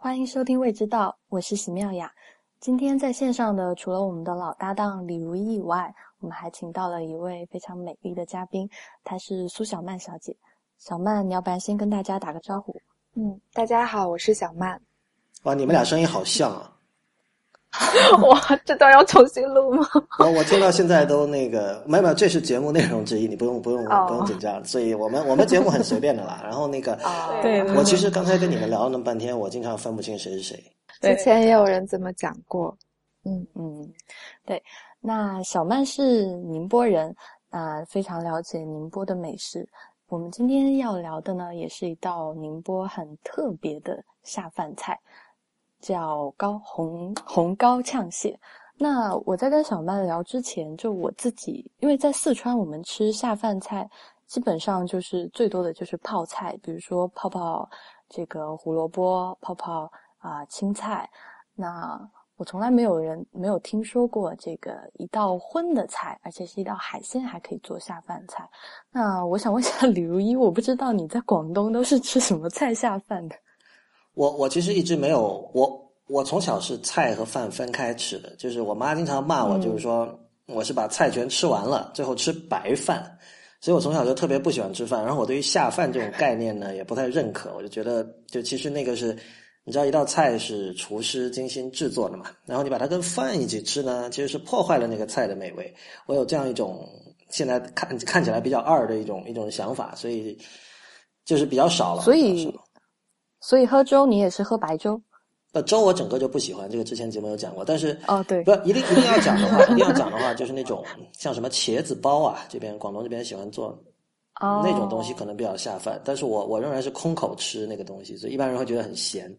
欢迎收听未知道，我是席妙雅。今天在线上的除了我们的老搭档李如一以外，我们还请到了一位非常美丽的嘉宾，她是苏小曼小姐。小曼，你要不然先跟大家打个招呼？ 大家好，我是小曼。 哇，你们俩声音好像啊！ 哇，这段要重新录吗？ 我听到现在都没有，这是节目内容之一，你不用紧张。所以我们节目很随便的啦。然后对， 我其实刚才跟你们聊了那么半天，我经常分不清谁是谁。 之前也有人这么讲过。 对。那小曼是宁波人，非常了解宁波的美食。我们今天要聊的呢，也是一道宁波很特别的下饭菜，叫红膏炝蟹。那我在跟小曼聊之前，就我自己，因为在四川我们吃下饭菜基本上就是最多的就是泡菜，比如说泡泡这个胡萝卜，泡泡青菜。那我从来没有听说过这个一道荤的菜，而且是一道海鲜还可以做下饭菜。那我想问一下李如一，我不知道你在广东都是吃什么菜下饭的？ 我其实一直没有，我从小是菜和饭分开吃的，就是我妈经常骂我，就是说我是把菜全吃完了，最后吃白饭，所以我从小就特别不喜欢吃饭。然后我对于下饭这种概念呢，也不太认可。我就觉得，就其实那个是，你知道一道菜是厨师精心制作的嘛，然后你把它跟饭一起吃呢，其实是破坏了那个菜的美味。我有这样一种现在看起来比较二的一种想法，所以就是比较少了。 所以喝粥你也是喝白粥？ 粥我整个就不喜欢，这个之前节目有讲过。但是对， 不一定要讲的话，一定要讲的话，就是那种像什么茄子包啊，广东这边喜欢做那种东西，可能比较下饭。但是我仍然是空口吃那个东西，所以一般人会觉得很咸。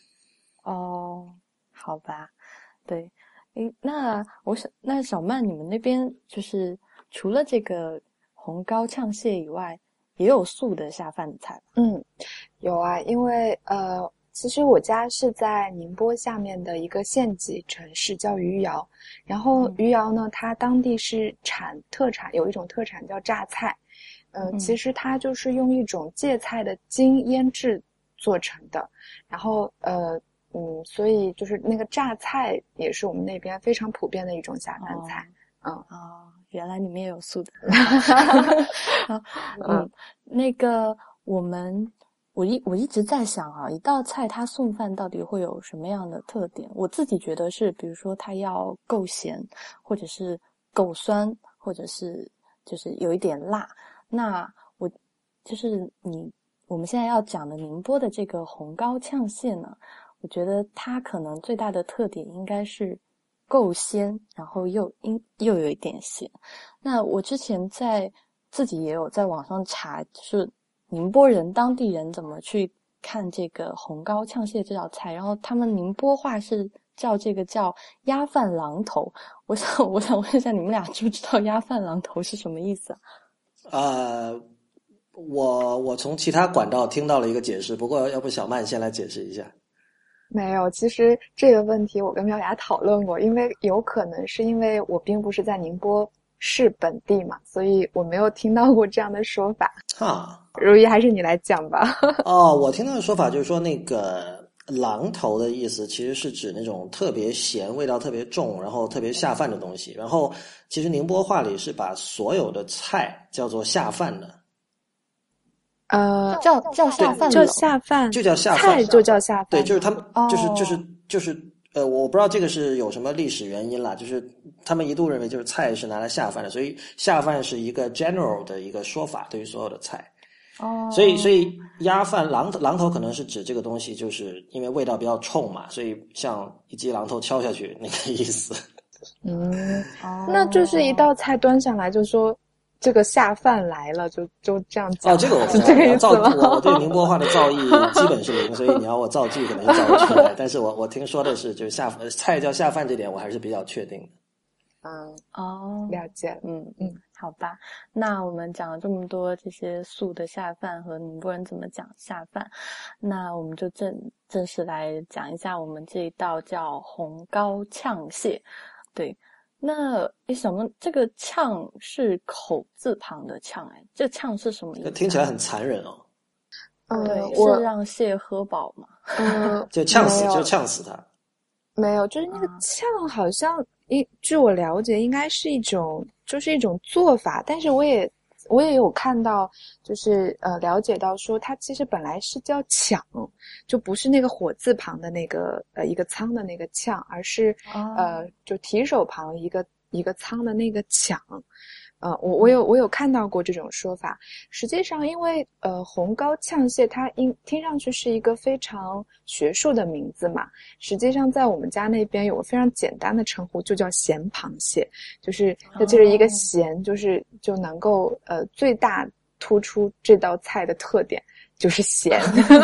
好吧，对。那小曼，你们那边就是除了这个红膏炝蟹以外，也有素的下饭的菜吧？ 有啊，因为其实我家是在宁波下面的一个县级城市，叫余姚。然后余姚呢，它当地是有一种特产叫榨菜。其实它就是用一种芥菜的茎腌制做成的。然后所以就是那个榨菜也是我们那边非常普遍的一种下饭菜。 原来你们也有素的。那个我一直在想一道菜它送饭到底会有什么样的特点？我自己觉得是，比如说它要够咸，或者是够酸，或者是就是有一点辣。那我们现在要讲的宁波的这个红膏炝蟹呢，我觉得它可能最大的特点应该是够鲜，然后又有一点咸。那我之前自己也有在网上查，就是宁波人当地人怎么去看这个红膏炝蟹这道菜，然后他们宁波话是叫这个叫鸭饭狼头。我想问一下，你们俩知不知道鸭饭狼头是什么意思啊？ 我从其他管道听到了一个解释，不过要不小曼先来解释一下。 没有，其实这个问题我跟妙雅讨论过，因为有可能是因为我并不是在宁波市本地嘛，所以我没有听到过这样的说法。如意，还是你来讲吧。 我听到的说法就是说，那个狼头的意思其实是指那种特别咸、味道特别重，然后特别下饭的东西。然后其实宁波话里是把所有的菜叫做下饭的。 叫下饭， 就下饭， 就叫下饭， 菜就叫下饭。 对，就是他们，就是我不知道这个是有什么历史原因啦，就是他们一度认为就是菜是拿来下饭的，所以下饭是一个 general 的一个说法，对于所有的菜。所以鸭饭狼头可能是指这个东西，就是因为味道比较冲嘛，所以像一记狼头敲下去那个意思。 那就是一道菜端上来就说这个下饭来了，就这样讲。 这个我不知道， 这个意思我对宁波话的造诣基本是零，所以你要我造句可能就造不出来。但是我听说的是，就是菜叫下饭这点，我还是比较确定的。 了解。 好吧。那我们讲了这么多这些素的下饭和宁波人怎么讲下饭，那我们就正式来讲一下我们这一道叫红膏炝蟹。对。那小梦，这个炝是口字旁的炝，这炝是什么意思？ 听起来很残忍哦。 对， 我是让蟹喝饱嘛？ 就呛死， 没有就呛死它。 没有，就是那个呛好像据我了解，应该是一种做法，但是我也有看到，就是了解到说，它其实本来是叫抢，就不是那个火字旁的那个一个仓的那个呛，而是就提手旁一个仓的那个抢。我有看到过这种说法。实际上，因为红膏呛蟹它听上去是一个非常学术的名字嘛，实际上在我们家那边有个非常简单的称呼，就叫咸螃蟹，就是它就是一个咸，就能够最大突出这道菜的特点。就是咸，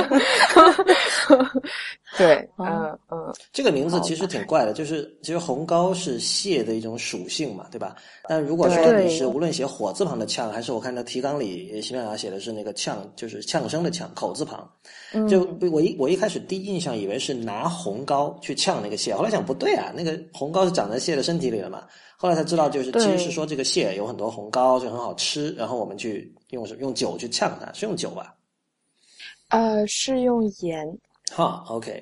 对， 这个名字其实挺怪的，就是其实红膏是蟹的一种属性嘛，对吧？但如果说你是无论写火字旁的呛，还是我看到提纲里喜马拉雅写的是那个呛，就是呛声的呛，口字旁，就我一开始第一印象以为是拿红膏去呛那个蟹，后来想不对啊，那个红膏是长在蟹的身体里的嘛，后来才知道就是其实是说这个蟹有很多红膏就很好吃，然后我们去用酒去呛它，是用酒吧？ 是用盐。 OK。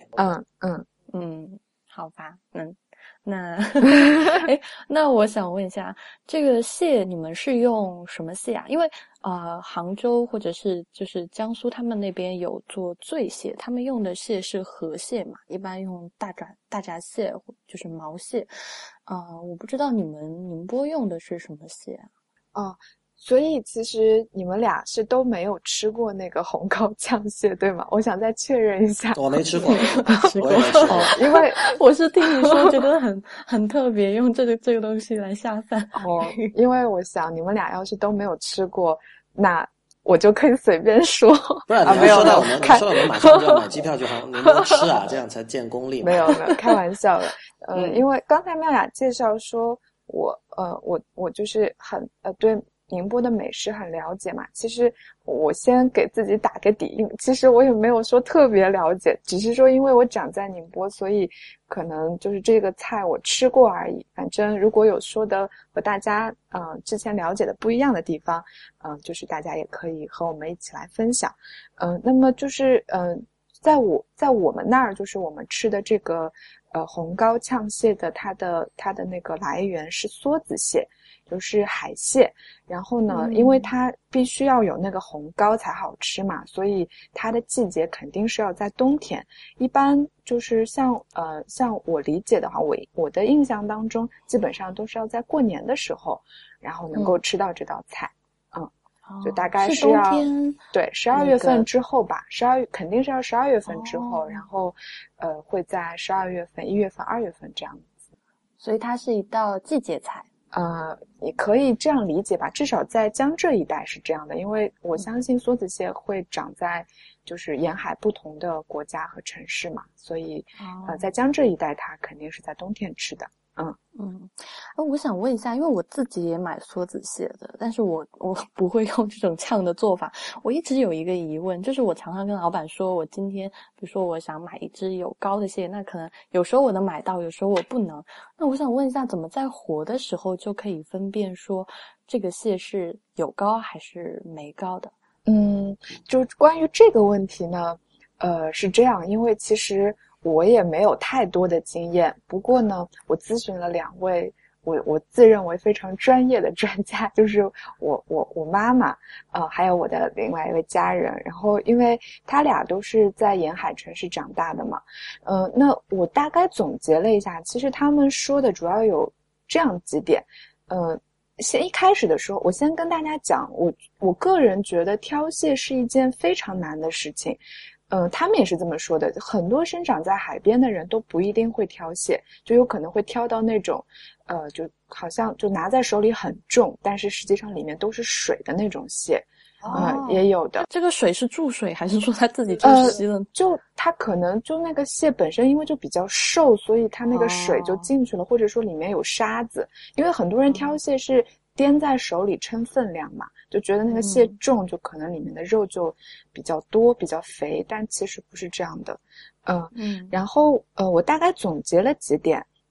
好吧，那那我想问一下，这个蟹你们是用什么蟹啊？因为杭州或者是就是江苏他们那边有做醉蟹，他们用的蟹是河蟹嘛，一般用大闸蟹就是毛蟹。我不知道你们宁波用的是什么蟹啊？ 所以其实你们俩是都没有吃过那个红膏呛蟹，对吗？我想再确认一下。 我没吃过， 我也没吃过， 因为我是听你说觉得很特别，用这个东西来下饭。 因为我想你们俩要是都没有吃过，那我就可以随便说。 不然你说到我们马上就要买机票去宁波吃啊，这样才见功力嘛。 没有，开玩笑的。因为刚才妙雅介绍说我就是很对宁波的美食很了解嘛，其实我先给自己打个底，其实我也没有说特别了解，只是说因为我长在宁波，所以可能就是这个菜我吃过而已。反正如果有说的和大家之前了解的不一样的地方，就是大家也可以和我们一起来分享。那么就是在我们那儿，就是我们吃的这个红膏呛蟹的它的那个来源是梭子蟹，就是海蟹。然后呢，因为它必须要有那个红膏才好吃嘛，所以它的季节肯定是要在冬天。一般就是像我理解的话，我的印象当中，基本上都是要在过年的时候，然后能够吃到这道菜。就大概是要对12月份之后吧肯定是要12月份之后，然后会在12月份、1月份、2月份这样子。 所以它是一道季节菜。 也可以这样理解吧，至少在江浙一带是这样的，因为我相信梭子蟹会长在就是沿海不同的国家和城市嘛，所以在江浙一带它肯定是在冬天吃的。 我想问一下，因为我自己也买梭子蟹的，但是我不会用这种呛的做法。我一直有一个疑问，就是我常常跟老板说，我今天比如说我想买一只有膏的蟹，那可能有时候我能买到，有时候我不能。那我想问一下，怎么在活的时候就可以分辨说这个蟹是有膏还是没膏的？ 就关于这个问题呢，是这样，因为其实我也没有太多的经验，不过呢，我咨询了2位我自认为非常专业的专家，就是我妈妈，还有我的另外一位家人，然后因为他俩都是在沿海城市长大的嘛，那我大概总结了一下，其实他们说的主要有这样几点，先一开始的时候，我先跟大家讲，我个人觉得挑蟹是一件非常难的事情。他们也是这么说的，很多生长在海边的人都不一定会挑蟹，就有可能会挑到那种就好像就拿在手里很重，但是实际上里面都是水的那种蟹。也有的。 这个水是注水还是说它自己就吸了？ 就它可能就那个蟹本身因为就比较瘦，所以它那个水就进去了，或者说里面有沙子。因为很多人挑蟹是掂在手里称分量嘛，就觉得那个蟹重，就可能里面的肉就比较多、比较肥，但其实不是这样的。然后我大概总结了几点。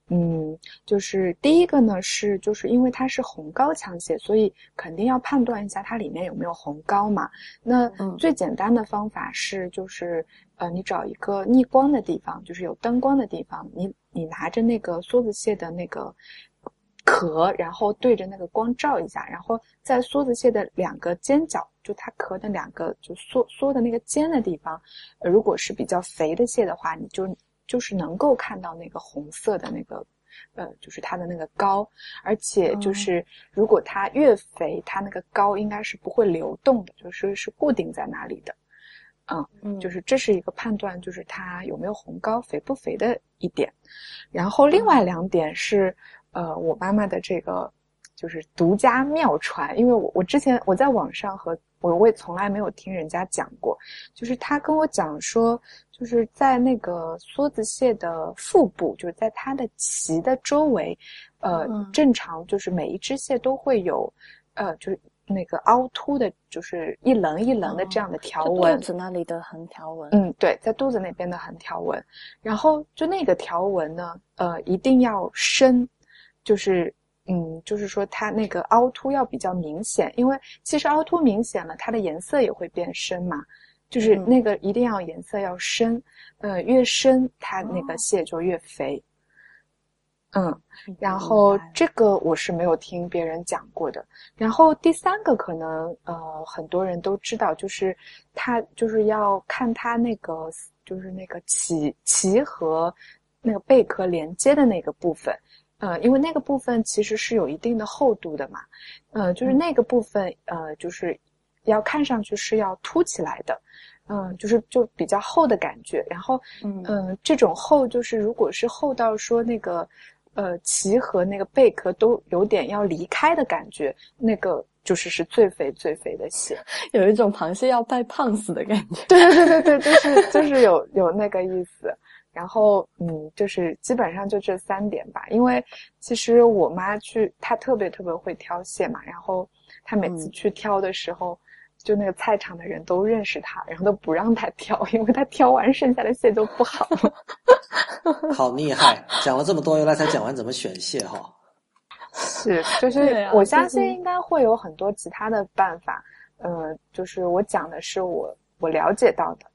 就是第一个呢是就是因为它是红膏枪蟹，所以肯定要判断一下它里面有没有红膏嘛。那最简单的方法是就是你找一个逆光的地方，就是有灯光的地方，你拿着那个梭子蟹的那个壳，然后对着那个光照一下，然后在梭子蟹的两个尖角，就它壳的两个就缩的那个尖的地方，如果是比较肥的蟹的话，你就是能够看到那个红色的那个就是它的那个膏，而且就是如果它越肥，它那个膏应该是不会流动的，就是固定在那里的。就是这是一个判断，就是它有没有红膏、肥不肥的一点。然后另外2点是我妈妈的这个就是独家妙传，因为我之前我在网上和我也从来没有听人家讲过，就是她跟我讲说，就是在那个梭子蟹的腹部，就是在它的鳍的周围，正常就是每一只蟹都会有就是那个凹凸的，就是一棱一棱的这样的条纹， 肚子那里的横条纹。 对，在肚子那边的横条纹。然后就那个条纹呢，一定要深，就是就是说它那个凹凸要比较明显，因为其实凹凸明显了，它的颜色也会变深嘛。就是那个一定要颜色要深，越深它那个蟹就越肥。然后这个我是没有听别人讲过的。然后第3个可能很多人都知道，就是它就是要看它那个就是那个鳍和那个贝壳连接的那个部分，因为那个部分其实是有一定的厚度的嘛，就是那个部分就是要看上去是要凸起来的。就比较厚的感觉。然后这种厚就是如果是厚到说那个鳍和那个贝壳都有点要离开的感觉，那个是最肥最肥的蟹， 有一种螃蟹要拜胖死的感觉。 对，就是有那个意思。然后就是基本上就这3点吧。因为其实我妈她特别特别会挑蟹嘛，然后她每次去挑的时候，就那个菜场的人都认识她，然后都不让她挑，因为她挑完剩下的蟹都不好了。 好厉害！讲了这么多，原来才讲完怎么选蟹哈。 是，就是我相信应该会有很多其他的办法。就是我讲的是我了解到的。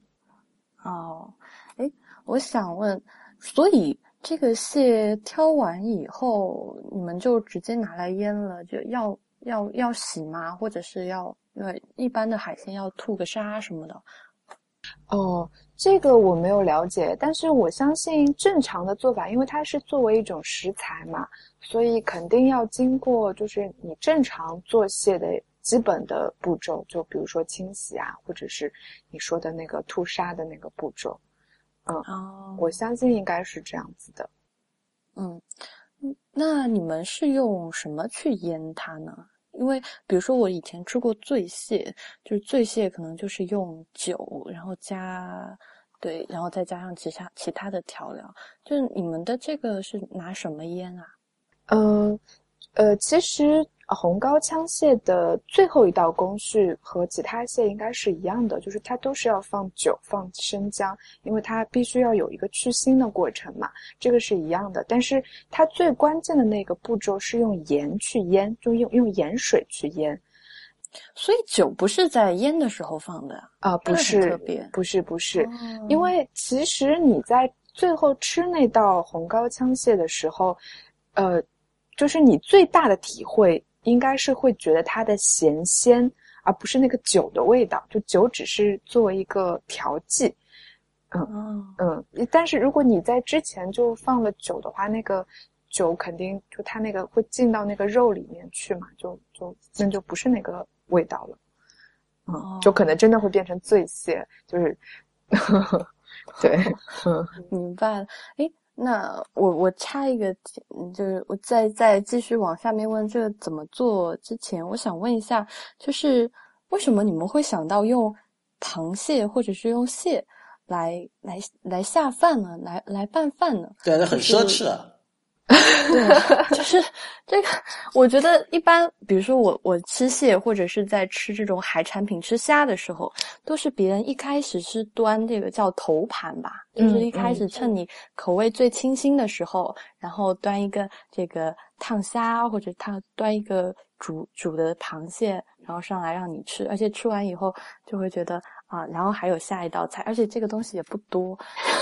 我想问，所以这个蟹挑完以后，你们就直接拿来腌了，就要洗吗？或者是因为一般的海鲜要吐个沙什么的？ 这个我没有了解，但是我相信正常的做法，因为它是作为一种食材嘛，所以肯定要经过就是你正常做蟹的基本的步骤，就比如说清洗啊，或者是你说的那个吐沙的那个步骤。我相信应该是这样子的。 那你们是用什么去腌它呢？因为比如说我以前吃过醉蟹，就是醉蟹可能就是用酒，然后然后再加上其他的调料。就是你们的这个是拿什么腌啊？ 其实红膏枪蟹的最后一道工序和其他蟹应该是一样的，就是它都是要放酒、放生姜，因为它必须要有一个去腥的过程嘛，这个是一样的。但是它最关键的那个步骤是用盐去腌，就用盐水去腌。 所以酒不是在腌的时候放的不是， 特别， 不是，因为其实你在最后吃那道红膏枪蟹的时候，就是你最大的体会应该是会觉得它的咸鲜，而不是那个酒的味道。就酒只是作为一个调剂。但是如果你在之前就放了酒的话，那个酒肯定就它那个会进到那个肉里面去嘛，那就不是那个味道了。就可能真的会变成醉蟹，就是对。 明白了。那我插一个，就是我再继续往下面问这个怎么做之前，我想问一下，就是为什么你们会想到用螃蟹或者是用蟹来下饭呢？来拌饭呢？ 对，这很奢侈啊。 对，就是这个，我觉得一般，比如说我吃蟹，或者是在吃这种海产品、吃虾的时候，都是别人一开始是端这个叫头盘吧，就是一开始趁你口味最清新的时候，然后端一个这个烫虾，或者端一个煮的螃蟹，然后上来让你吃，而且吃完以后就会觉得啊，然后还有下一道菜，而且这个东西也不多。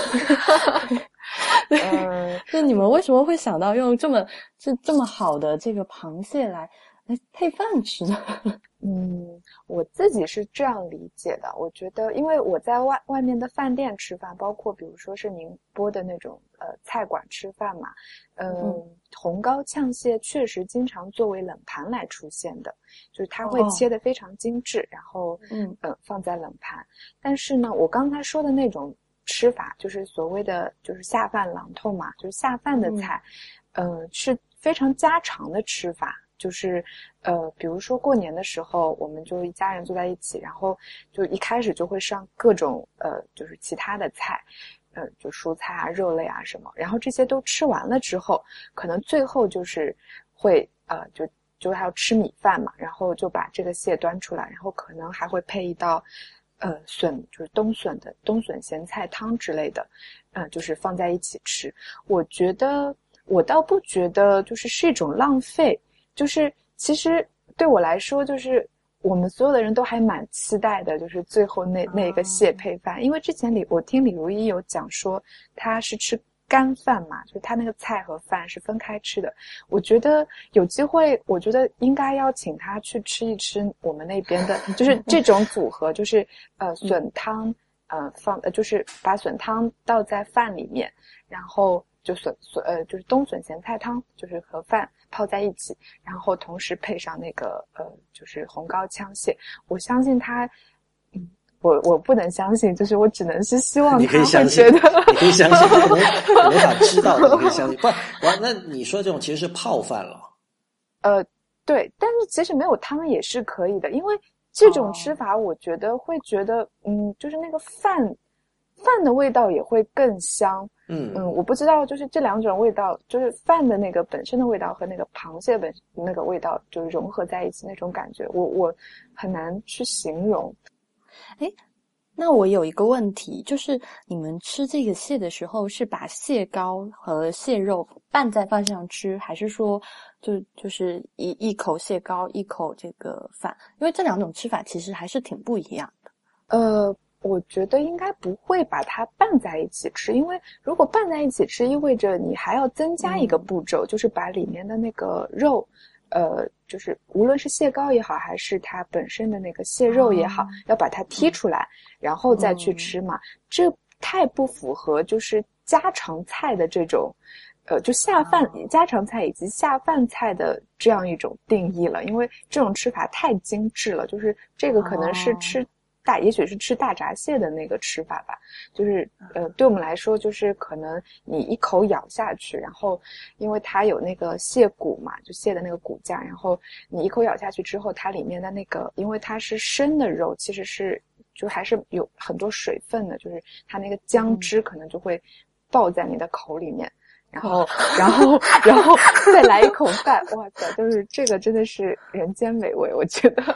就你们为什么会想到用这么好的这个螃蟹来配饭吃呢？ 我自己是这样理解的。我觉得，因为我在外面的饭店吃饭，包括比如说是宁波的那种菜馆吃饭嘛，红膏炝蟹确实经常作为冷盘来出现的，就是它会切得非常精致，然后放在冷盘。但是呢，我刚才说的那种吃法，就是所谓的就是下饭榔头嘛，就是下饭的菜，是非常家常的吃法。就是比如说过年的时候，我们就一家人坐在一起，然后就一开始就会上各种就是其他的菜，就蔬菜啊、肉类啊什么，然后这些都吃完了之后，可能最后就是会就还要吃米饭嘛，然后就把这个蟹端出来，然后可能还会配一道就是冬笋咸菜汤之类的，就是放在一起吃。我倒不觉得是一种浪费。就是其实对我来说，就是我们所有的人都还蛮期待的，就是最后那一个蟹配饭。因为之前我听李如一有讲说他是吃干饭嘛，就是他那个菜和饭是分开吃的。我觉得有机会，我觉得应该邀请他去吃一吃我们那边的，就是这种组合，就是笋汤就是把笋汤倒在饭里面，然后就是冬笋咸菜汤，就是和饭泡在一起，然后同时配上那个就是红膏炝蟹。我相信他，我不能相信，就是我只能是希望他会觉得， 你可以相信，可能无法知道的，你可以相信。不，那你说这种其实是泡饭了。 对，但是其实没有汤也是可以的，因为这种吃法，我觉得会觉得，就是那个饭的味道也会更香。我不知道，就是这两种味道，就是饭的那个本身的味道和那个螃蟹那个味道，就是融合在一起那种感觉，我很难去形容。 那我有一个问题，就是你们吃这个蟹的时候，是把蟹膏和蟹肉拌在饭上吃，还是说就是一口蟹膏一口这个饭？因为这两种吃法其实还是挺不一样的。 我觉得应该不会把它拌在一起吃，因为如果拌在一起吃，意味着你还要增加一个步骤，就是把里面的那个肉，就是无论是蟹膏也好，还是它本身的那个蟹肉也好，要把它剔出来，然后再去吃嘛。这太不符合就是家常菜的这种，就下饭家常菜以及下饭菜的这样一种定义了，因为这种吃法太精致了，就是这个可能是也许是吃大闸蟹的那个吃法吧，就是对我们来说，就是可能你一口咬下去，然后因为它有那个蟹骨嘛，就蟹的那个骨架，然后你一口咬下去之后，它里面的那个，因为它是生的肉，其实是就还是有很多水分的，就是它那个姜汁可能就会爆在你的口里面。然后再来一口饭，哇塞，就是这个真的是人间美味，我觉得。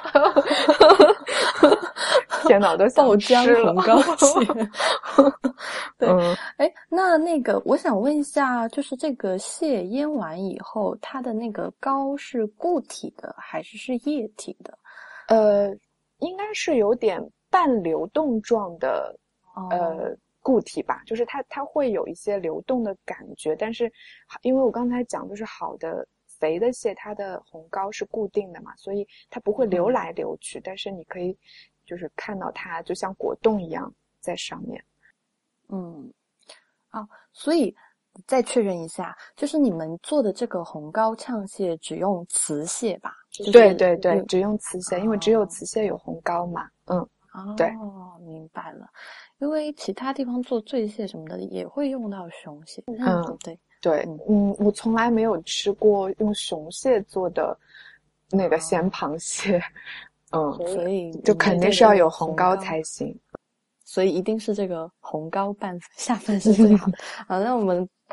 天哪，我都想吃了。 爆浆红膏蟹。对，那个我想问一下，就是这个蟹腌完以后，它的那个膏是固体的还是液体的？ 应该是有点半流动状的，固体吧，就是它会有一些流动的感觉，但是因为我刚才讲就是好的肥的蟹，它的红膏是固定的嘛，所以它不会流来流去，但是你可以就是看到它就像果冻一样在上面。 所以再确认一下，就是你们做的这个红膏炝蟹只用雌蟹吧？ 对对对，只用雌蟹，因为只有雌蟹有红膏嘛。对。 明白了。因为其他地方做醉蟹什么的也会用到雄蟹。 对，我从来没有吃过用雄蟹做的那个鲜螃蟹。 所以就肯定是要有红膏才行。 所以一定是这个红膏拌下饭是最好的。那我们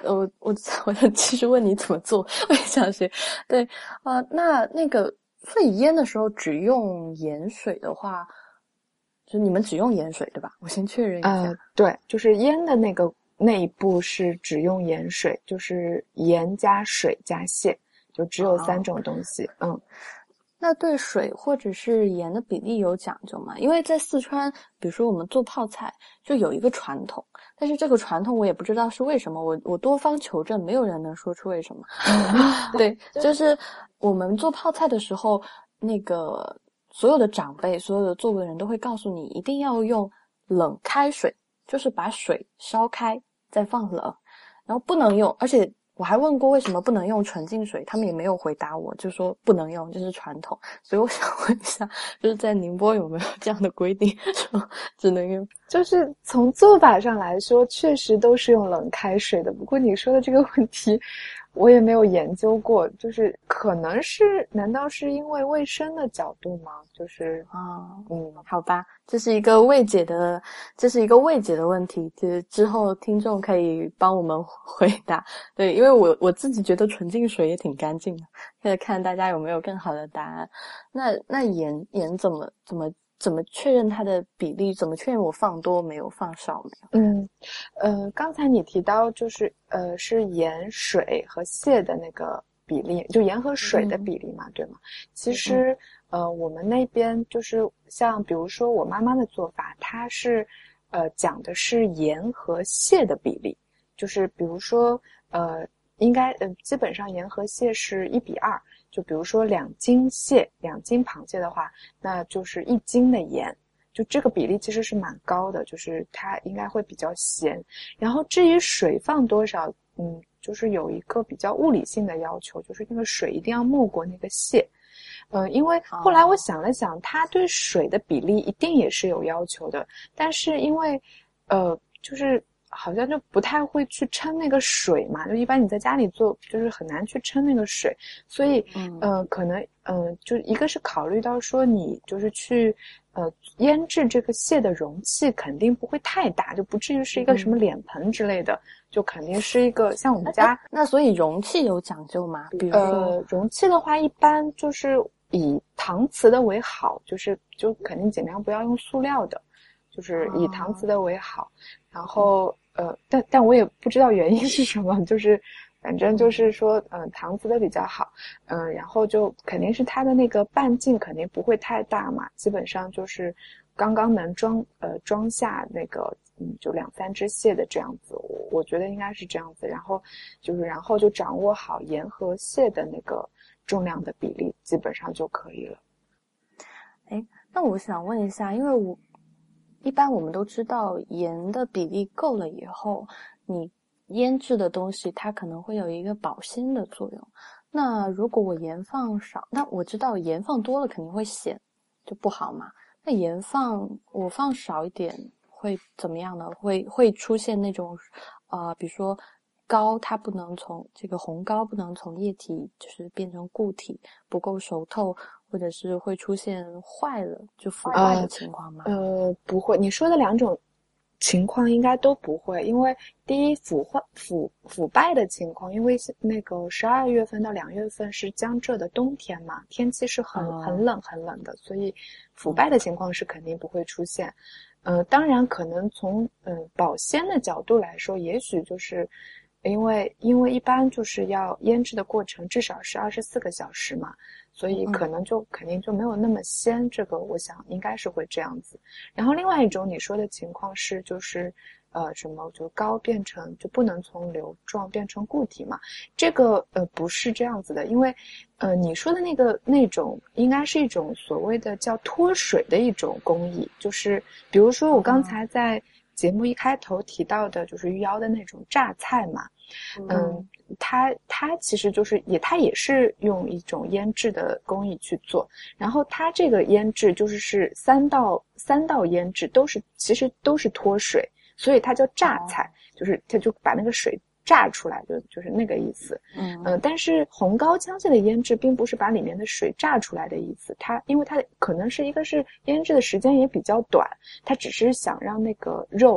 我其实问你怎么做，我也想学。对那个，所以腌的时候只用盐水的话，就你们只用盐水对吧？我先确认一下。 对，就是腌的那一步是只用盐水，就是盐加水加蟹，就只有3种东西。 那对水或者是盐的比例有讲究吗？因为在四川，比如说我们做泡菜就有一个传统，但是这个传统我也不知道是为什么，我多方求证，没有人能说出为什么。对，就是我们做泡菜的时候，那个所有的长辈、所有的做过的人都会告诉你，一定要用冷开水，就是把水烧开再放冷，然后不能用，而且我还问过为什么不能用纯净水，他们也没有回答我，就说不能用，这是传统。所以我想问一下，就是在宁波有没有这样的规定，说只能用？ 就是从做法上来说，确实都是用冷开水的。不过你说的这个问题，我也没有研究过，就是可能是，难道是因为卫生的角度吗？就是好吧，这是一个未解的问题，就是之后听众可以帮我们回答。对，因为我自己觉得纯净水也挺干净的，可以看大家有没有更好的答案。那盐怎么确认它的比例？怎么确认我放多没有，放少没有？ 刚才你提到就是是盐、水和蟹的那个比例，就盐和水的比例嘛，对吗？其实我们那边就是像比如说我妈妈的做法，它是讲的是盐和蟹的比例，就是比如说应该基本上盐和蟹是1:2。就比如说2斤螃蟹的话，那就是1斤的盐，就这个比例其实是蛮高的，就是它应该会比较咸。然后至于水放多少，就是有一个比较物理性的要求，就是那个水一定要没过那个蟹。因为后来我想了想，它对水的比例一定也是有要求的，但是因为就是好像就不太会去称那个水嘛，就一般你在家里做就是很难去称那个水，所以可能就一个是考虑到说你就是去腌制这个蟹的容器肯定不会太大，就不至于是一个什么脸盆之类的，就肯定是一个像我们家那所以容器有讲究吗？比如说容器的话，一般就是以搪瓷的为好，就肯定尽量不要用塑料的，就是以搪瓷的为好。然后但我也不知道原因是什么，就是反正就是说搪瓷的比较好。然后就肯定是它的那个半径肯定不会太大嘛，基本上就是刚刚能装下那个就2-3只蟹的这样子，我觉得应该是这样子。然后就掌握好盐和蟹的那个重量的比例，基本上就可以了。 那我想问一下，因为一般我们都知道盐的比例够了以后，你腌制的东西它可能会有一个保鲜的作用。那如果我盐放少，那我知道盐放多了肯定会咸，就不好嘛。那我放少一点会怎么样呢？会出现那种比如说膏它不能从这个红膏不能从液体就是变成固体，不够熟透，或者是会出现坏了就腐败的情况吗？ 不会，你说的2种情况应该都不会，因为第一腐败的情况，因为那个12月份到2月份是江浙的冬天嘛，天气是很冷的，所以腐败的情况是肯定不会出现。当然可能从保鲜的角度来说，也许就是因为一般就是要腌制的过程至少是24个小时嘛，所以可能就肯定就没有那么鲜，这个我想应该是会这样子。然后另外一种你说的情况是就是什么就膏变成就不能从流状变成固体嘛，这个不是这样子的，因为你说的那种应该是一种所谓的叫脱水的一种工艺，就是比如说我刚才在节目一开头提到的就是余姚的那种榨菜嘛，它其实就是它也是用一种腌制的工艺去做，然后它这个腌制就是三道腌制其实都是脱水，所以它叫榨菜，就是它就把那个水榨出来，就是那个意思。但是红膏浆蟹的腌制并不是把里面的水榨出来的意思，因为它可能是一个是腌制的时间也比较短，它只是想让那个肉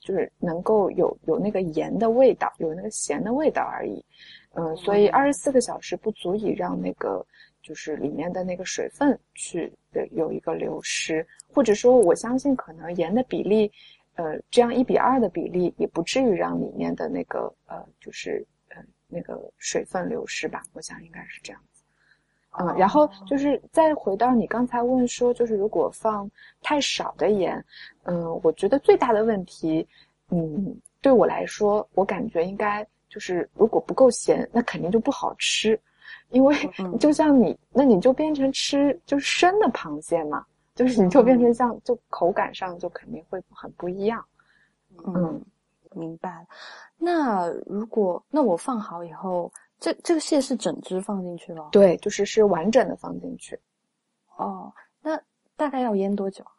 就是能够有那个盐的味道，有那个咸的味道而已。所以24个小时不足以让那个就是里面的那个水分去有一个流失，或者说我相信可能盐的比例这样1:2的比例也不至于让里面的那个就是那个水分流失吧，我想应该是这样子。然后就是再回到你刚才问说，就是如果放太少的盐，我觉得最大的问题，对我来说，我感觉应该就是如果不够咸，那肯定就不好吃，因为就像那你就变成吃就是生的螃蟹嘛，就是你就变成像就口感上就肯定会很不一样。 明白。那我放好以后，这个蟹是整只放进去了？ 对，是完整的放进去。 哦，那大概要腌多久？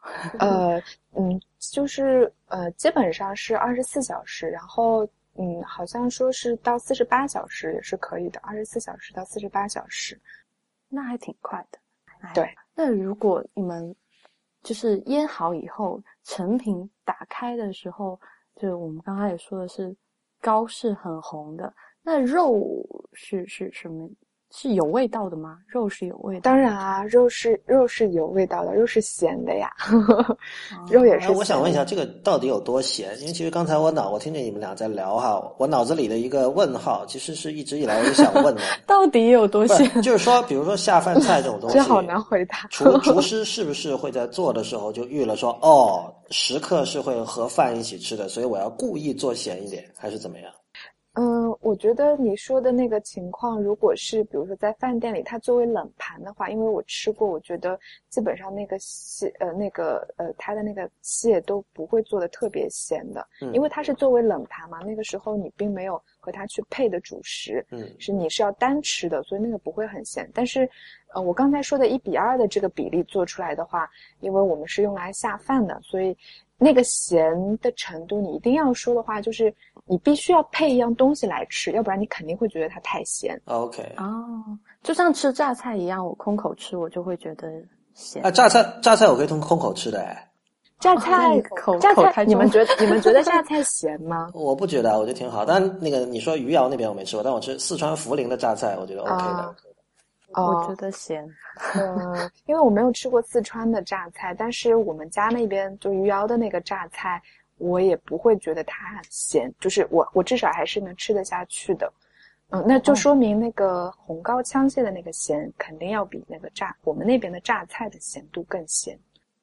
就是基本上是24小时，然后好像说是到48小时也是可以的，24小时到48小时， 那还挺快的。 对。 那如果你们就是腌好以后成品打开的时候，就我们刚才也说的是膏是很红的，那肉是什么？是有味道的吗？肉是有味道的？ 当然啊，肉是有味道的，肉是咸的呀。肉也是咸的。 我想问一下，这个到底有多咸？因为其实刚才我听着你们俩在聊哈，我脑子里的一个问号，其实是一直以来我就想问的， 到底有多咸？ 就是说，比如说下饭菜这种东西， 这好难回答。 厨师是不是会在做的时候就预了说，食客是会和饭一起吃的，所以我要故意做咸一点，还是怎么样？ 我觉得你说的那个情况，如果是比如说在饭店里，它作为冷盘的话，因为我吃过，我觉得基本上那个蟹，它的那个蟹都不会做的特别咸的，因为它是作为冷盘嘛，那个时候你并没有和它去配的主食，你是要单吃的，所以那个不会很咸。但是，我刚才说的1:2的这个比例做出来的话，因为我们是用来下饭的，所以那个咸的程度，你一定要说的话，就是你必须要配一样东西来吃，要不然你肯定会觉得它太咸。 OK。 就像吃榨菜一样，我空口吃我就会觉得咸。 榨菜我可以空口吃的哎。 榨菜，你们觉得榨菜咸吗？ 我不觉得，我觉得挺好。但那个你说余姚那边我没吃过，但我吃四川涪陵的榨菜，我觉得 OK 的。 我觉得咸。 因为我没有吃过四川的榨菜，但是我们家那边就余姚的那个榨菜，我也不会觉得它咸，就是我至少还是能吃得下去的。那就说明那个红膏枪蟹的那个咸肯定要比那个我们那边的榨菜的咸度更咸。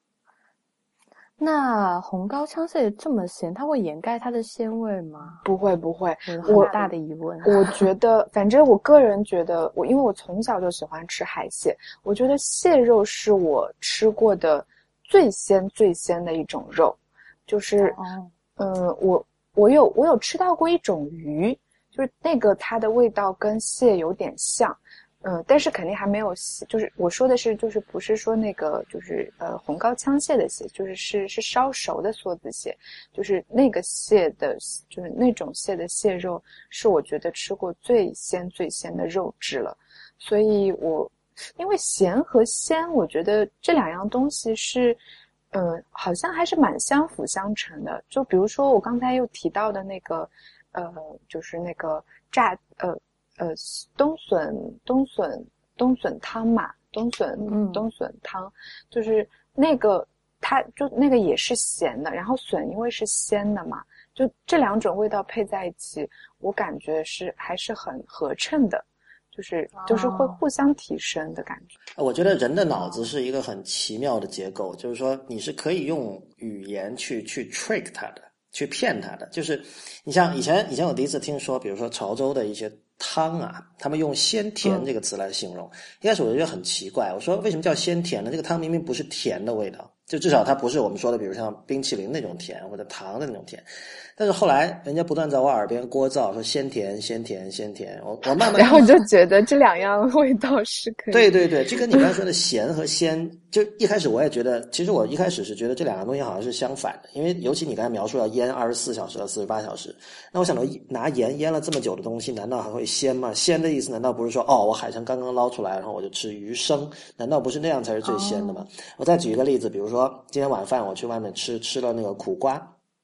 那红膏枪蟹这么咸，它会掩盖它的鲜味吗？ 不会， 我很大的疑问。 我觉得，反正我个人觉得，因为我从小就喜欢吃海蟹，我觉得蟹肉是我吃过的最鲜的一种肉，就是我有吃到过一种鱼，就是那个它的味道跟蟹有点像。但是肯定还没有，就是我说的是，就是不是说那个，就是红膏枪蟹的蟹，是烧熟的梭子蟹，就是那个蟹的，就是那种蟹的蟹肉，是我觉得吃过最鲜的肉质了。所以因为咸和鲜，我觉得这两样东西是，好像还是蛮相辅相成的。就比如说我刚才又提到的那个，就是那个冬笋汤嘛，冬笋汤，就是那个它就那个也是咸的，然后笋因为是鲜的嘛，就这两种味道配在一起，我感觉还是很合衬的，就是会互相提升的感觉。 我觉得人的脑子是一个很奇妙的结构，就是说你是可以用语言去 trick 它的，去骗它的。就是你像以前我第一次听说，比如说潮州的一些汤啊，他们用鲜甜这个词来形容。一开始我就觉得很奇怪，我说为什么叫鲜甜呢？这个汤明明不是甜的味道，就至少它不是我们说的比如像冰淇淋那种甜或者糖的那种甜。但是后来人家不断在我耳边聒噪说鲜甜鲜甜鲜甜，我慢慢然后就觉得这两样味道是可以。 对，就跟你刚才说的咸和鲜，就一开始我也觉得，其实我一开始是觉得这两个东西好像是相反的，因为尤其你刚才描述要腌24小时到48小时，那我想到拿盐腌了这么久的东西，难道还会鲜吗？鲜的意思难道不是说我海参刚刚捞出来，然后我就吃鱼生，难道不是那样才是最鲜的吗？我再举一个例子，比如说今天晚饭我去外面吃了那个苦瓜。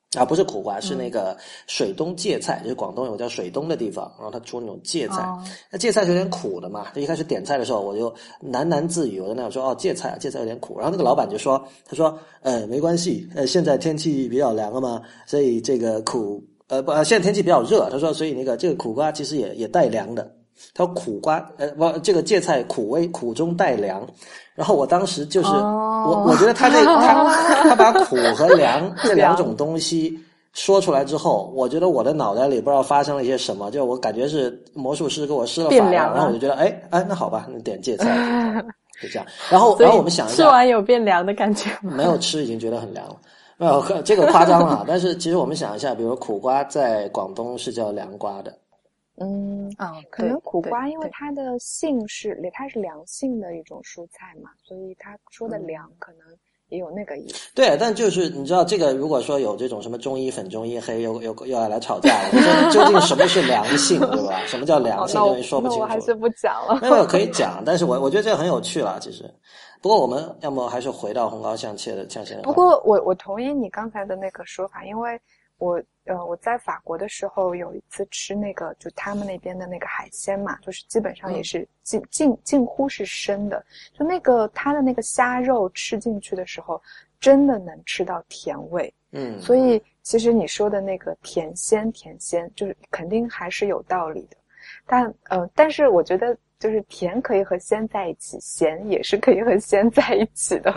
啊，不是苦瓜，是那个水东芥菜，就是广东有个叫水东的地方，然后它出那种芥菜。那芥菜是有点苦的嘛，就一开始点菜的时候我就喃喃自语，我在那说哦，芥菜有点苦。然后那个老板就说，他说没关系，现在天气比较凉了嘛，所以这个现在天气比较热，他说所以那个这个苦瓜其实也带凉的。他说苦瓜这个芥菜苦中带凉。然后我当时就是我觉得他把苦和凉这两种东西说出来之后，我觉得我的脑袋里不知道发生了一些什么，就我感觉是魔术师给我施了法一样，然后我就觉得那好吧，那点芥菜就这样。然后我们想一下， 吃完有变凉的感觉吗？ 没有吃已经觉得很凉了。没有，这个夸张了。但是其实我们想一下，比如苦瓜在广东是叫凉瓜的。 可能苦瓜因为它的性它是凉性的一种蔬菜嘛，所以他说的凉可能也有那个意思。 对，但就是你知道这个，如果说有这种什么中医粉中医黑又要来吵架了，说究竟什么是良性，对吧？什么叫良性，因为说不清楚。 那我还是不讲了。 没有可以讲，但是我觉得这个很有趣了，其实。不过我们要么还是回到红高呛蟹的。 不过我同意你刚才的那个说法，因为我在法国的时候有一次吃那个就他们那边的那个海鲜嘛，就是基本上也是近乎是生的，就那个它的那个虾肉吃进去的时候真的能吃到甜味。所以其实你说的那个甜鲜就是肯定还是有道理的。但是我觉得就是甜可以和鲜在一起，咸也是可以和鲜在一起的。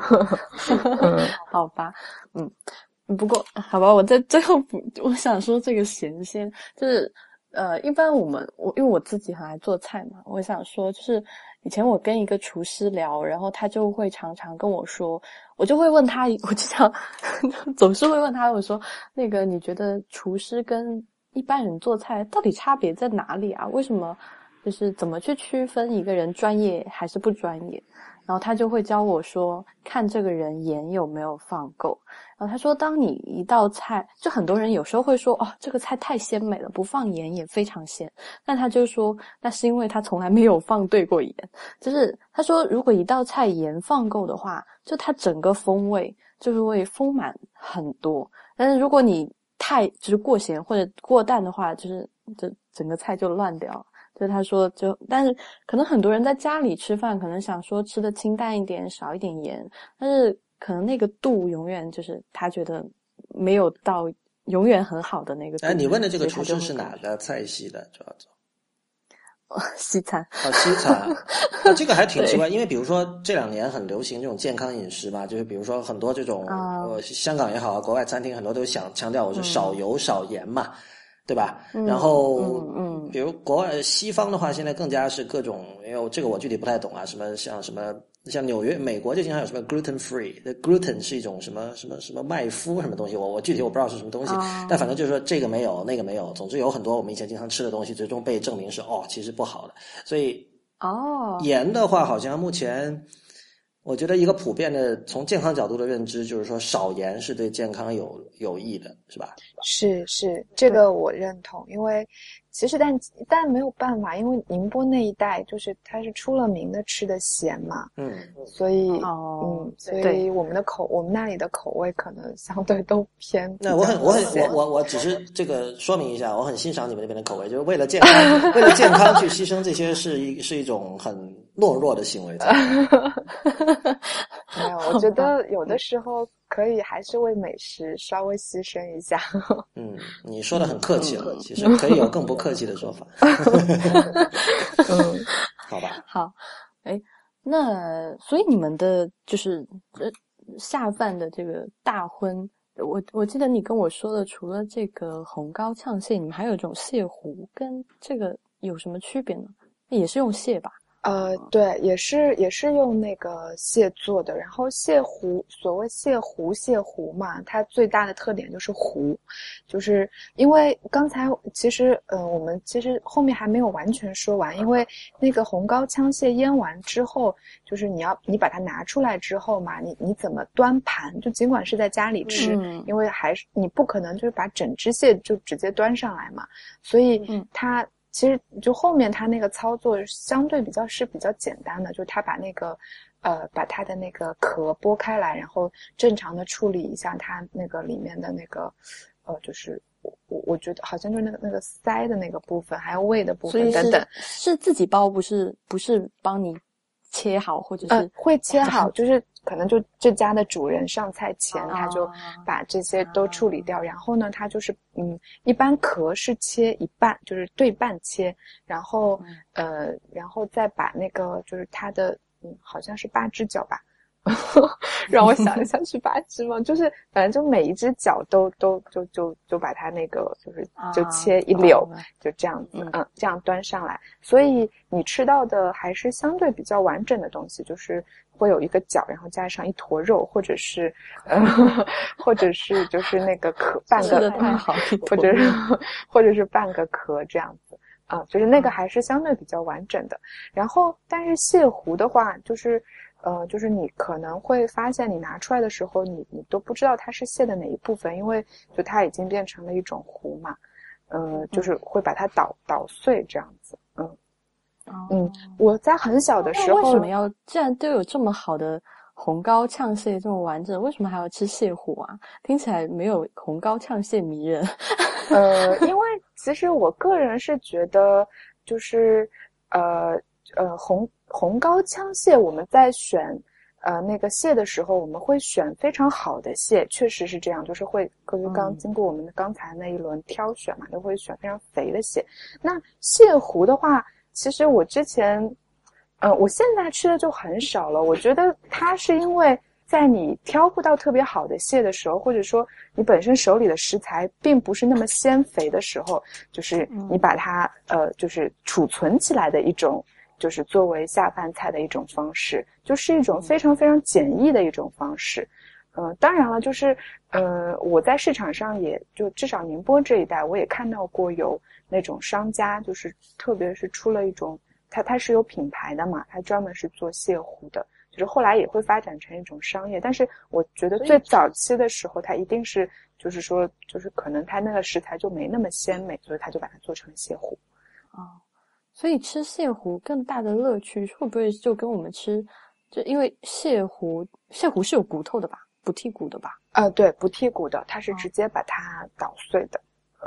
好吧，不过好吧，我在最后我想说这个咸鲜就是一般因为我自己很爱做菜嘛，我想说就是以前我跟一个厨师聊，然后他就会常常跟我说，我就会问他，我就想总是会问他，我说那个你觉得厨师跟一般人做菜到底差别在哪里啊？为什么就是怎么去区分一个人专业还是不专业？然后他就会教我说，看这个人盐有没有放够。然后他说，当你一道菜，就很多人有时候会说，这个菜太鲜美了，不放盐也非常鲜。但他就说，那是因为他从来没有放对过盐。就是他说，如果一道菜盐放够的话，就它整个风味就是会丰满很多。但是如果你就是过咸或者过淡的话，就是整个菜就乱掉了。就是他说但是可能很多人在家里吃饭，可能想说吃的清淡一点，少一点盐，但是可能那个度永远就是他觉得没有到永远很好的那个度。 你问的这个厨师是哪个菜系的？主要西餐。 西餐。这个还挺奇怪，因为比如说这2年很流行这种健康饮食嘛，就是比如说很多这种香港也好啊，国外餐厅很多都想强调我是少油少盐嘛。对吧？然后比如国外西方的话，现在更加是各种，因为这个我具体不太懂啊，像纽约、美国就经常有什么 gluten free，gluten 是一种什么麦麸什么东西，我具体我不知道是什么东西，但反正就是说这个没有那个没有，总之有很多我们以前经常吃的东西，最终被证明是其实不好的。所以盐的话，好像目前我觉得一个普遍的从健康角度的认知就是说少盐是对健康有益的，是吧？ 是这个我认同，因为其实但没有办法，因为宁波那一带就是它是出了名的吃的咸嘛，所以我们那里的口味可能相对都偏。 那我只是这个说明一下，我很欣赏你们那边的口味，就是为了健康去牺牲这些是一种很懦弱的行为。 没有，我觉得有的时候可以还是为美食稍微牺牲一下。 你说的很客气了，其实可以有更不客气的说法。好吧。 好，那所以你们的就是下饭的这个大荤，我记得你跟我说的，除了这个红膏呛蟹，你们还有一种蟹糊，跟这个有什么区别呢？也是用蟹吧？ 对，也是用那个蟹做的。然后蟹糊，所谓蟹糊嘛，它最大的特点就是糊，就是因为刚才其实我们其实后面还没有完全说完，因为那个红膏呛蟹腌完之后，就是你把它拿出来之后嘛，你怎么端盘，就尽管是在家里吃，因为还是你不可能就是把整只蟹就直接端上来嘛，所以它其实就后面它那个操作相对比较简单的，就是它把那个把它的那个壳剥开来，然后正常的处理一下它那个里面的那个就是我觉得好像就是那个鳃的那个部分，还有胃的部分等等， 是自己剥，不是帮你切好，或者是会切好，就是可能就这家的主人上菜前他就把这些都处理掉，然后呢他就是一般壳是切一半，就是对半切，然后然后再把那个就是它的好像是8只脚吧。让我想一下是8只吗？就是反正就每一只脚都把它那个就切一绺，就这样子这样端上来，所以你吃到的还是相对比较完整的东西，就是会有一个脚，然后加上一坨肉，或者是或者是就是那个壳半个， 吃的太好， 或者是半个壳这样子就是那个还是相对比较完整的。然后但是蟹糊的话就是你可能会发现你拿出来的时候你都不知道它是蟹的哪一部分，因为就它已经变成了一种糊嘛，就是会把它捣碎这样子。我在很小的时候， 为什么既然都有这么好的红膏呛蟹这么完整，为什么还要吃蟹糊啊？听起来没有红膏呛蟹迷人。 因为其实我个人是觉得就是红膏呛蟹，我们在选那个蟹的时候，我们会选非常好的蟹，确实是这样，就是会经过我们的刚才那一轮挑选嘛，都会选非常肥的蟹。那蟹糊的话，其实我之前我现在吃的就很少了。我觉得它是因为在你挑不到特别好的蟹的时候，或者说你本身手里的食材并不是那么鲜肥的时候，就是你把它就是储存起来的一种，就是作为下饭菜的一种方式，就是一种非常非常简易的一种方式。当然了，就是我在市场上也就至少宁波这一带，我也看到过有那种商家，就是特别是出了一种，它是有品牌的嘛，它专门是做蟹糊的，就是后来也会发展成一种商业。但是我觉得最早期的时候，它一定是就是说，就是可能它那个食材就没那么鲜美，所以它就把它做成蟹糊。 所以吃蟹糊更大的乐趣会不会就跟我们吃，就因为蟹糊是有骨头的吧，不剔骨的吧？ 对，不剔骨的，它是直接把它捣碎的。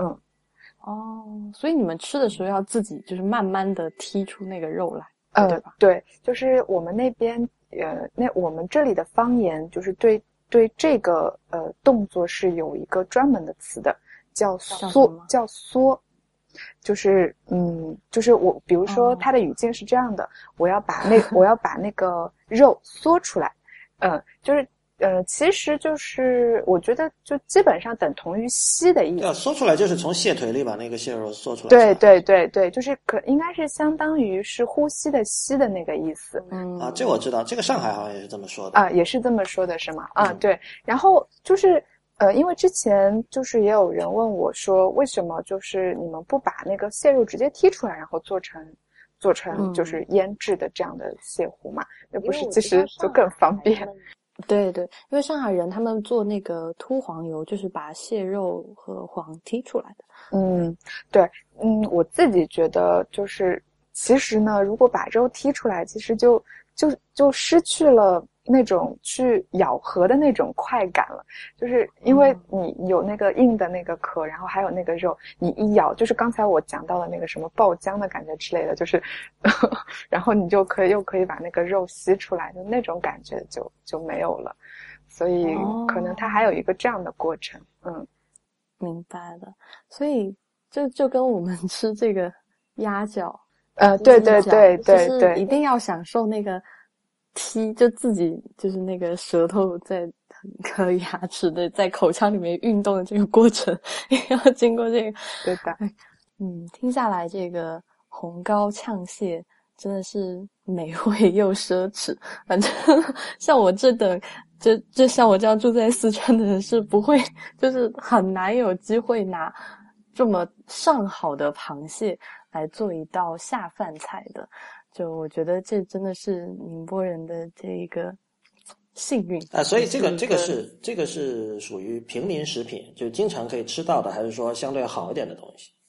所以你们吃的时候要自己就是慢慢的剔出那个肉来，对吧？ 对，就是我们那边我们这里的方言就是对这个动作是有一个专门的词的，叫缩。就是就是我比如说它的语境是这样的，我要把那个肉缩出来，就是其实就是我觉得就基本上等同于吸的意思。 缩出来就是从蟹腿里把那个蟹肉缩出来。 对，就是应该是相当于是呼吸的吸的那个意思。 这我知道，这个上海好像也是这么说的也是这么说的是吗？对。然后就是因为之前就是也有人问我说，为什么就是你们不把那个蟹肉直接剔出来，然后做成就是腌制的这样的蟹糊嘛？那不是其实就更方便？ 对，因为上海人他们做那个凸黄油，就是把蟹肉和黄剔出来的。 对，我自己觉得就是其实呢，如果把肉剔出来，其实就失去了那种去咬合的那种快感了，就是因为你有那个硬的那个壳，然后还有那个肉，你一咬，就是刚才我讲到的那个什么爆浆的感觉之类的，就是然后你又可以把那个肉吸出来，就那种感觉就没有了，所以可能它还有一个这样的过程。 明白了。所以就跟我们吃这个鸭脚， 对， 就是一定要享受那个就自己就是那个舌头在和牙齿的在口腔里面运动的这个过程，也要经过这个。 对的。 听下来这个红膏呛蟹真的是美味又奢侈。反正像我这等就像我这样住在四川的人是不会，就是很难有机会拿这么上好的螃蟹来做一道下饭菜的。就我觉得这真的是宁波人的这一个幸运所以这个是属于平民食品，就经常可以吃到的，还是说相对好一点的东西？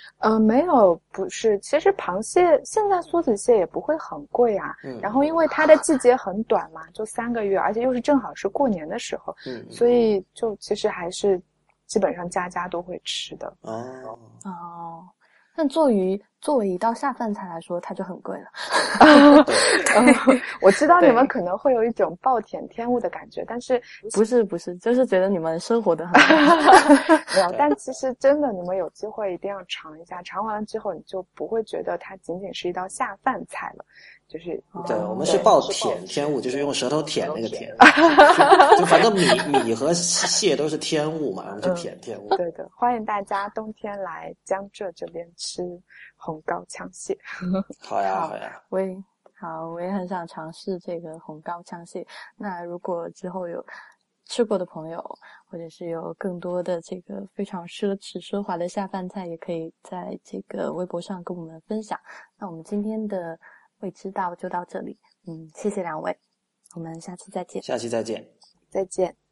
没有，不是。其实螃蟹现在梭子蟹也不会很贵啊。然后因为它的季节很短嘛，就3个月，而且又是正好是过年的时候，所以就其实还是基本上家家都会吃的。 哦， 但作为一道下饭菜来说，它就很贵了。 我知道你们可能会有一种暴殄天物的感觉，但是不是，就是觉得你们生活的很好。 没有，但其实真的，你们有机会一定要尝一下，尝完了之后，你就不会觉得它仅仅是一道下饭菜了。就是对，我们是暴殄天物，就是用舌头舔那个舔，就反正米和蟹都是天物嘛，我们就舔天物。 对的，欢迎大家冬天来江浙这边吃红膏腔蟹。 好呀，好呀， 我也很想尝试这个红膏腔蟹。那如果之后有吃过的朋友，或者是有更多的这个非常奢侈奢华的下饭菜，也可以在这个微博上跟我们分享。那我们今天的未知道就到这里，谢谢两位，我们下期再见。 下期再见， 再见。